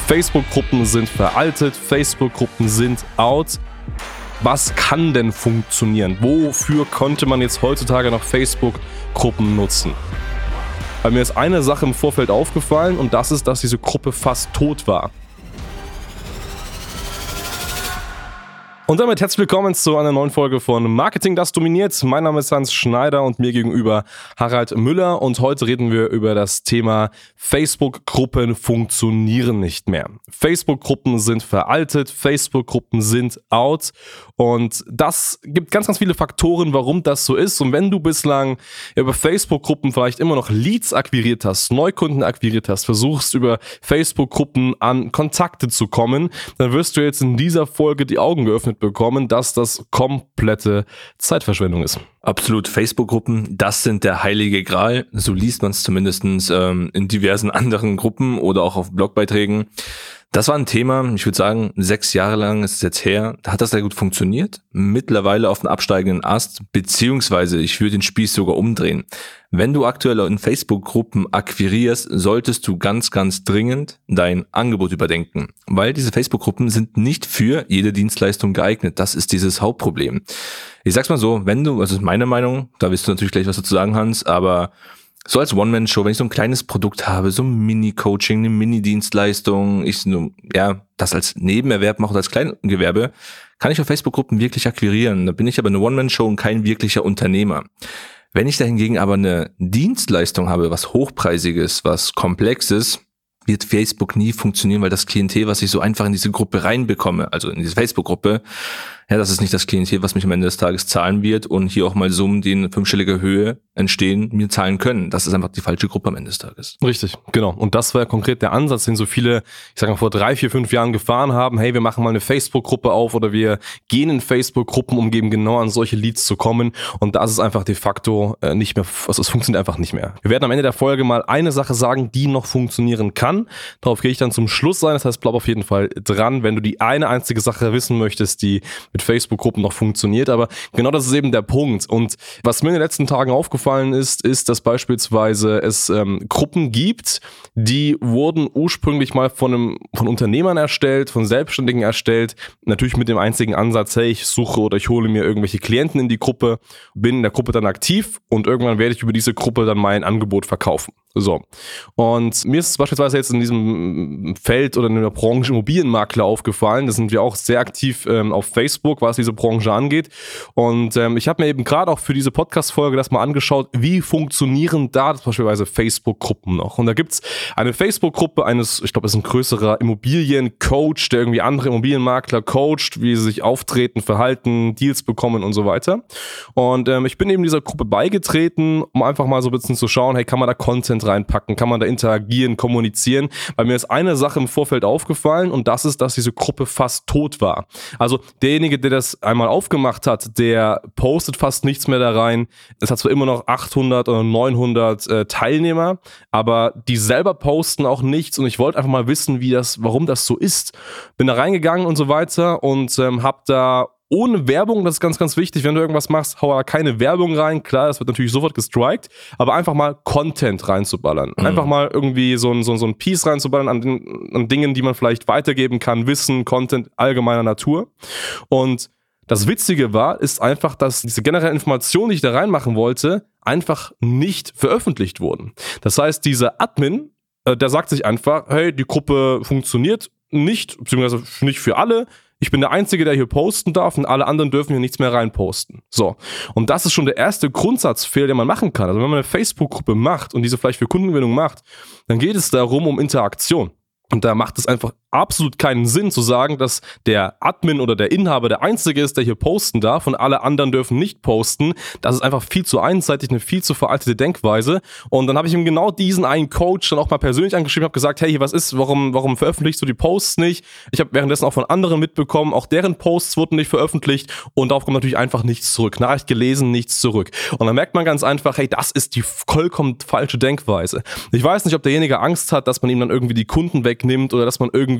Facebook-Gruppen sind veraltet, Facebook-Gruppen sind out. Was kann denn funktionieren? Wofür konnte man jetzt heutzutage noch Facebook-Gruppen nutzen? Weil mir ist eine Sache im Vorfeld aufgefallen und das ist, dass diese Gruppe fast tot war. Und damit herzlich willkommen zu einer neuen Folge von Marketing, das dominiert. Mein Name ist Hans Schneider und mir gegenüber Harald Müller. Und heute reden wir über das Thema Facebook-Gruppen funktionieren nicht mehr. Facebook-Gruppen sind veraltet, Facebook-Gruppen sind out. Und das gibt ganz, ganz viele Faktoren, warum das so ist. Und wenn du bislang über Facebook-Gruppen vielleicht immer noch Leads akquiriert hast, Neukunden akquiriert hast, versuchst über Facebook-Gruppen an Kontakte zu kommen, dann wirst du jetzt in dieser Folge die Augen geöffnet bekommen, dass das komplette Zeitverschwendung ist. Absolut, Facebook-Gruppen, das sind der heilige Gral. So liest man es zumindest in diversen anderen Gruppen oder auch auf Blogbeiträgen. Das war ein Thema, ich würde sagen, 6 Jahre lang ist es jetzt her, da hat das sehr gut funktioniert. Mittlerweile auf einem absteigenden Ast, beziehungsweise ich würde den Spieß sogar umdrehen. Wenn du aktuell in Facebook-Gruppen akquirierst, solltest du ganz, ganz dringend dein Angebot überdenken. Weil diese Facebook-Gruppen sind nicht für jede Dienstleistung geeignet. Das ist dieses Hauptproblem. Ich sag's mal so, das ist meine Meinung, da wirst du natürlich gleich was dazu sagen, Hans, aber so als One-Man-Show, wenn ich so ein kleines Produkt habe, so ein Mini-Coaching, eine Mini-Dienstleistung, das als Nebenerwerb mache, als Kleingewerbe, kann ich auf Facebook-Gruppen wirklich akquirieren. Da bin ich aber eine One-Man-Show und kein wirklicher Unternehmer. Wenn ich da hingegen aber eine Dienstleistung habe, was Hochpreisiges, was Komplexes, wird Facebook nie funktionieren, weil das Klientel, was ich so einfach in diese Gruppe reinbekomme, also in diese Facebook-Gruppe, das ist nicht das Klientel, was mich am Ende des Tages zahlen wird und hier auch mal Summen, die in 5-stelliger Höhe entstehen, mir zahlen können. Das ist einfach die falsche Gruppe am Ende des Tages. Richtig, genau. Und das war konkret der Ansatz, den so viele, ich sage mal, vor 3, 4, 5 Jahren gefahren haben. Hey, wir machen mal eine Facebook-Gruppe auf oder wir gehen in Facebook-Gruppen, um eben genau an solche Leads zu kommen. Und das ist einfach de facto nicht mehr, also es funktioniert einfach nicht mehr. Wir werden am Ende der Folge mal eine Sache sagen, die noch funktionieren kann. Darauf gehe ich dann zum Schluss sein. Das heißt, bleib auf jeden Fall dran, wenn du die eine einzige Sache wissen möchtest, die mit Facebook-Gruppen noch funktioniert. Aber genau das ist eben der Punkt. Und was mir in den letzten Tagen aufgefallen ist, dass beispielsweise es Gruppen gibt, die wurden ursprünglich mal von Unternehmern erstellt, von Selbstständigen erstellt. Natürlich mit dem einzigen Ansatz, hey, ich suche oder ich hole mir irgendwelche Klienten in die Gruppe, bin in der Gruppe dann aktiv und irgendwann werde ich über diese Gruppe dann mein Angebot verkaufen. So. Und mir ist es beispielsweise jetzt in diesem Feld oder in der Branche Immobilienmakler aufgefallen. Da sind wir auch sehr aktiv auf Facebook, was diese Branche angeht. Und ich habe mir eben gerade auch für diese Podcast-Folge das mal angeschaut, wie funktionieren da beispielsweise Facebook-Gruppen noch. Und da gibt's eine Facebook-Gruppe ich glaube, es ist ein größerer Immobiliencoach, der irgendwie andere Immobilienmakler coacht, wie sie sich auftreten, verhalten, Deals bekommen und so weiter. Und ich bin eben dieser Gruppe beigetreten, um einfach mal so ein bisschen zu schauen, hey, kann man da Content reinpacken, kann man da interagieren, kommunizieren, weil mir ist eine Sache im Vorfeld aufgefallen und das ist, dass diese Gruppe fast tot war. Also derjenige, der das einmal aufgemacht hat, der postet fast nichts mehr da rein. Es hat zwar immer noch 800 oder 900 Teilnehmer, aber die selber posten auch nichts und ich wollte einfach mal wissen, warum das so ist. Bin da reingegangen und so weiter und habe da ohne Werbung, das ist ganz, ganz wichtig, wenn du irgendwas machst, hau da keine Werbung rein, klar, das wird natürlich sofort gestrikt, aber einfach mal Content reinzuballern. Einfach mal irgendwie so ein Piece reinzuballern an Dingen, die man vielleicht weitergeben kann, Wissen, Content allgemeiner Natur. Und das Witzige ist einfach, dass diese generellen Informationen, die ich da reinmachen wollte, einfach nicht veröffentlicht wurden. Das heißt, dieser Admin, der sagt sich einfach, hey, die Gruppe funktioniert nicht, beziehungsweise nicht für alle. Ich bin der Einzige, der hier posten darf und alle anderen dürfen hier nichts mehr reinposten. So. Und das ist schon der erste Grundsatzfehler, den man machen kann. Also wenn man eine Facebook-Gruppe macht und diese vielleicht für Kundengewinnung macht, dann geht es darum, um Interaktion. Und da macht es einfach absolut keinen Sinn zu sagen, dass der Admin oder der Inhaber der Einzige ist, der hier posten darf und alle anderen dürfen nicht posten. Das ist einfach viel zu einseitig, eine viel zu veraltete Denkweise. Und dann habe ich ihm genau diesen einen Coach dann auch mal persönlich angeschrieben, habe gesagt, hey, was ist, warum veröffentlichst du die Posts nicht? Ich habe währenddessen auch von anderen mitbekommen, auch deren Posts wurden nicht veröffentlicht und darauf kommt natürlich einfach nichts zurück. Nachricht gelesen, nichts zurück. Und dann merkt man ganz einfach, hey, das ist die vollkommen falsche Denkweise. Ich weiß nicht, ob derjenige Angst hat, dass man ihm dann irgendwie die Kunden wegnimmt oder dass man irgendwie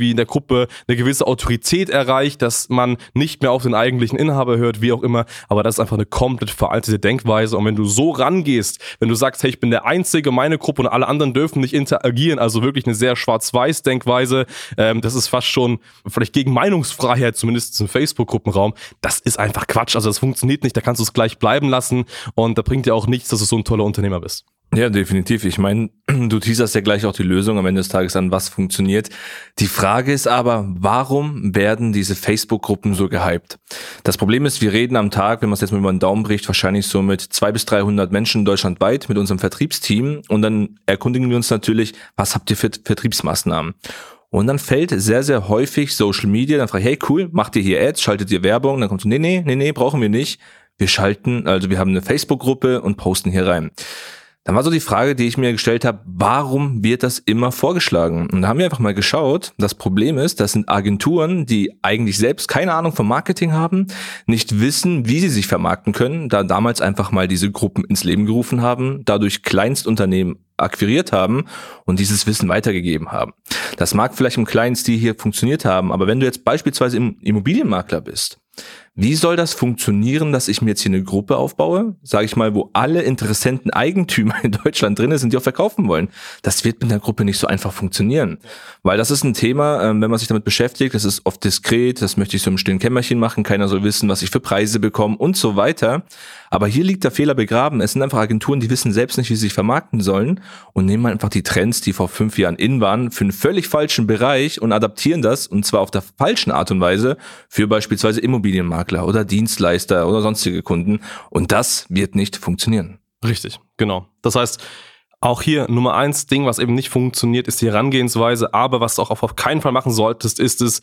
irgendwie in der Gruppe eine gewisse Autorität erreicht, dass man nicht mehr auf den eigentlichen Inhaber hört, wie auch immer, aber das ist einfach eine komplett veraltete Denkweise und wenn du so rangehst, wenn du sagst, hey, ich bin der Einzige, meine Gruppe und alle anderen dürfen nicht interagieren, also wirklich eine sehr schwarz-weiß Denkweise, das ist fast schon vielleicht gegen Meinungsfreiheit, zumindest im Facebook-Gruppenraum, das ist einfach Quatsch, also das funktioniert nicht, da kannst du es gleich bleiben lassen und da bringt dir auch nichts, dass du so ein toller Unternehmer bist. Ja, definitiv. Ich meine, du teaserst ja gleich auch die Lösung am Ende des Tages an, was funktioniert. Die Frage ist aber, warum werden diese Facebook-Gruppen so gehypt? Das Problem ist, wir reden am Tag, wenn man es jetzt mal über den Daumen bricht, wahrscheinlich so mit 200 bis 300 Menschen deutschlandweit mit unserem Vertriebsteam und dann erkundigen wir uns natürlich, was habt ihr für Vertriebsmaßnahmen? Und dann fällt sehr, sehr häufig Social Media, dann frage ich, hey cool, macht ihr hier Ads, schaltet ihr Werbung? Dann kommt so, nee, brauchen wir nicht. Wir haben eine Facebook-Gruppe und posten hier rein. Dann war so die Frage, die ich mir gestellt habe, warum wird das immer vorgeschlagen? Und da haben wir einfach mal geschaut, das Problem ist, das sind Agenturen, die eigentlich selbst keine Ahnung vom Marketing haben, nicht wissen, wie sie sich vermarkten können, da damals einfach mal diese Gruppen ins Leben gerufen haben, dadurch Kleinstunternehmen akquiriert haben und dieses Wissen weitergegeben haben. Das mag vielleicht im kleinen Stil hier funktioniert haben, aber wenn du jetzt beispielsweise im Immobilienmakler bist, wie soll das funktionieren, dass ich mir jetzt hier eine Gruppe aufbaue, sage ich mal, wo alle Interessenten Eigentümer in Deutschland drin sind, die auch verkaufen wollen? Das wird mit einer Gruppe nicht so einfach funktionieren, weil das ist ein Thema, wenn man sich damit beschäftigt, das ist oft diskret, das möchte ich so im stillen Kämmerchen machen, keiner soll wissen, was ich für Preise bekomme und so weiter. Aber hier liegt der Fehler begraben. Es sind einfach Agenturen, die wissen selbst nicht, wie sie sich vermarkten sollen und nehmen einfach die Trends, die vor 5 Jahren in waren, für einen völlig falschen Bereich und adaptieren das, und zwar auf der falschen Art und Weise, für beispielsweise Immobilienmakler oder Dienstleister oder sonstige Kunden. Und das wird nicht funktionieren. Richtig, genau. Das heißt, auch hier Nummer 1 Ding, was eben nicht funktioniert, ist die Herangehensweise. Aber was du auch auf keinen Fall machen solltest, ist es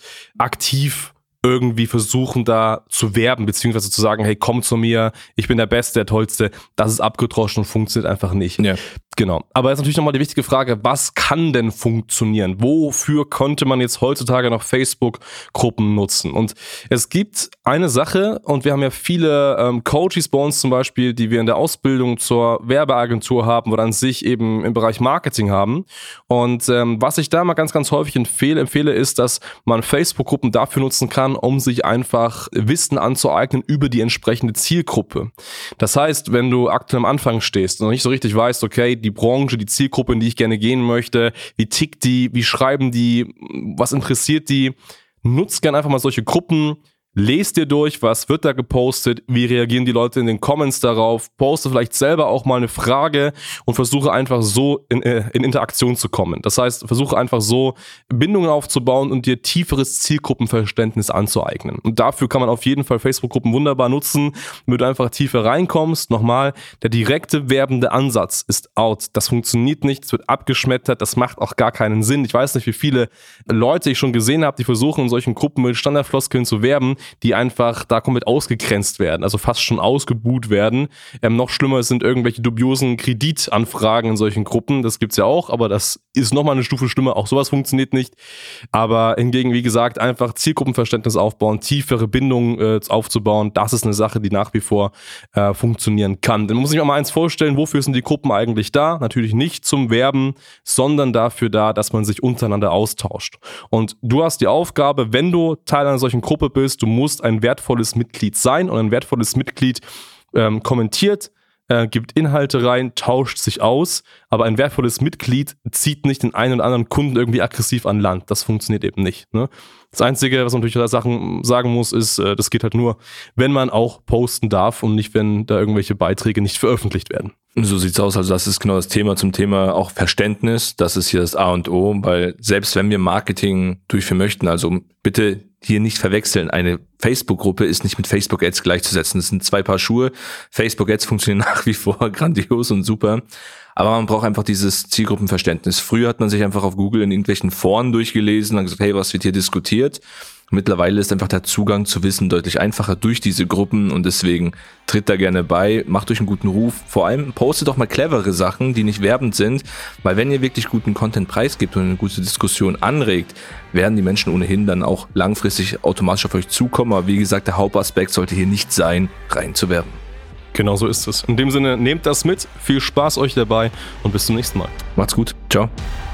aktiv irgendwie versuchen, da zu werben, beziehungsweise zu sagen, hey, komm zu mir, ich bin der Beste, der Tollste. Das ist abgedroschen und funktioniert einfach nicht. Ja. Genau. Aber jetzt natürlich nochmal die wichtige Frage, was kann denn funktionieren? Wofür konnte man jetzt heutzutage noch Facebook-Gruppen nutzen? Und es gibt eine Sache, und wir haben ja viele Coaches bei uns zum Beispiel, die wir in der Ausbildung zur Werbeagentur haben oder an sich eben im Bereich Marketing haben. Und was ich da mal ganz, ganz häufig empfehle, ist, dass man Facebook-Gruppen dafür nutzen kann, um sich einfach Wissen anzueignen über die entsprechende Zielgruppe. Das heißt, wenn du aktuell am Anfang stehst und noch nicht so richtig weißt, okay, die Branche, die Zielgruppe, in die ich gerne gehen möchte, wie tickt die, wie schreiben die, was interessiert die, nutzt gerne einfach mal solche Gruppen, lest dir durch, was wird da gepostet, wie reagieren die Leute in den Comments darauf, poste vielleicht selber auch mal eine Frage und versuche einfach so in Interaktion zu kommen. Das heißt, versuche einfach so Bindungen aufzubauen und dir tieferes Zielgruppenverständnis anzueignen. Und dafür kann man auf jeden Fall Facebook-Gruppen wunderbar nutzen, damit du einfach tiefer reinkommst. Nochmal, der direkte werbende Ansatz ist out. Das funktioniert nicht, es wird abgeschmettert, das macht auch gar keinen Sinn. Ich weiß nicht, wie viele Leute ich schon gesehen habe, die versuchen in solchen Gruppen mit Standardfloskeln zu werben, die einfach da komplett ausgegrenzt werden, also fast schon ausgebuht werden. Noch schlimmer sind irgendwelche dubiosen Kreditanfragen in solchen Gruppen, das gibt's ja auch, aber das ist nochmal eine Stufe schlimmer, auch sowas funktioniert nicht. Aber hingegen, wie gesagt, einfach Zielgruppenverständnis aufbauen, tiefere Bindungen aufzubauen, das ist eine Sache, die nach wie vor funktionieren kann. Dann muss ich mir mal eins vorstellen, wofür sind die Gruppen eigentlich da? Natürlich nicht zum Werben, sondern dafür da, dass man sich untereinander austauscht. Und du hast die Aufgabe, wenn du Teil einer solchen Gruppe bist, du musst ein wertvolles Mitglied sein und ein wertvolles Mitglied kommentiert, gibt Inhalte rein, tauscht sich aus, aber ein wertvolles Mitglied zieht nicht den einen oder anderen Kunden irgendwie aggressiv an Land. Das funktioniert eben nicht. Ne? Das Einzige, was man natürlich sagen muss, ist, das geht halt nur, wenn man auch posten darf und nicht, wenn da irgendwelche Beiträge nicht veröffentlicht werden. So sieht's aus, also das ist genau das Thema zum Thema auch Verständnis, das ist hier das A und O, weil selbst wenn wir Marketing durchführen möchten, also bitte hier nicht verwechseln, eine Facebook-Gruppe ist nicht mit Facebook-Ads gleichzusetzen, das sind 2 Paar Schuhe, Facebook-Ads funktionieren nach wie vor grandios und super, aber man braucht einfach dieses Zielgruppenverständnis. Früher hat man sich einfach auf Google in irgendwelchen Foren durchgelesen und gesagt, hey, was wird hier diskutiert? Mittlerweile ist einfach der Zugang zu Wissen deutlich einfacher durch diese Gruppen und deswegen tritt da gerne bei, macht euch einen guten Ruf. Vor allem postet doch mal clevere Sachen, die nicht werbend sind, weil wenn ihr wirklich guten Content preisgibt und eine gute Diskussion anregt, werden die Menschen ohnehin dann auch langfristig automatisch auf euch zukommen. Aber wie gesagt, der Hauptaspekt sollte hier nicht sein, reinzuwerben. Genau so ist es. In dem Sinne, nehmt das mit, viel Spaß euch dabei und bis zum nächsten Mal. Macht's gut, ciao.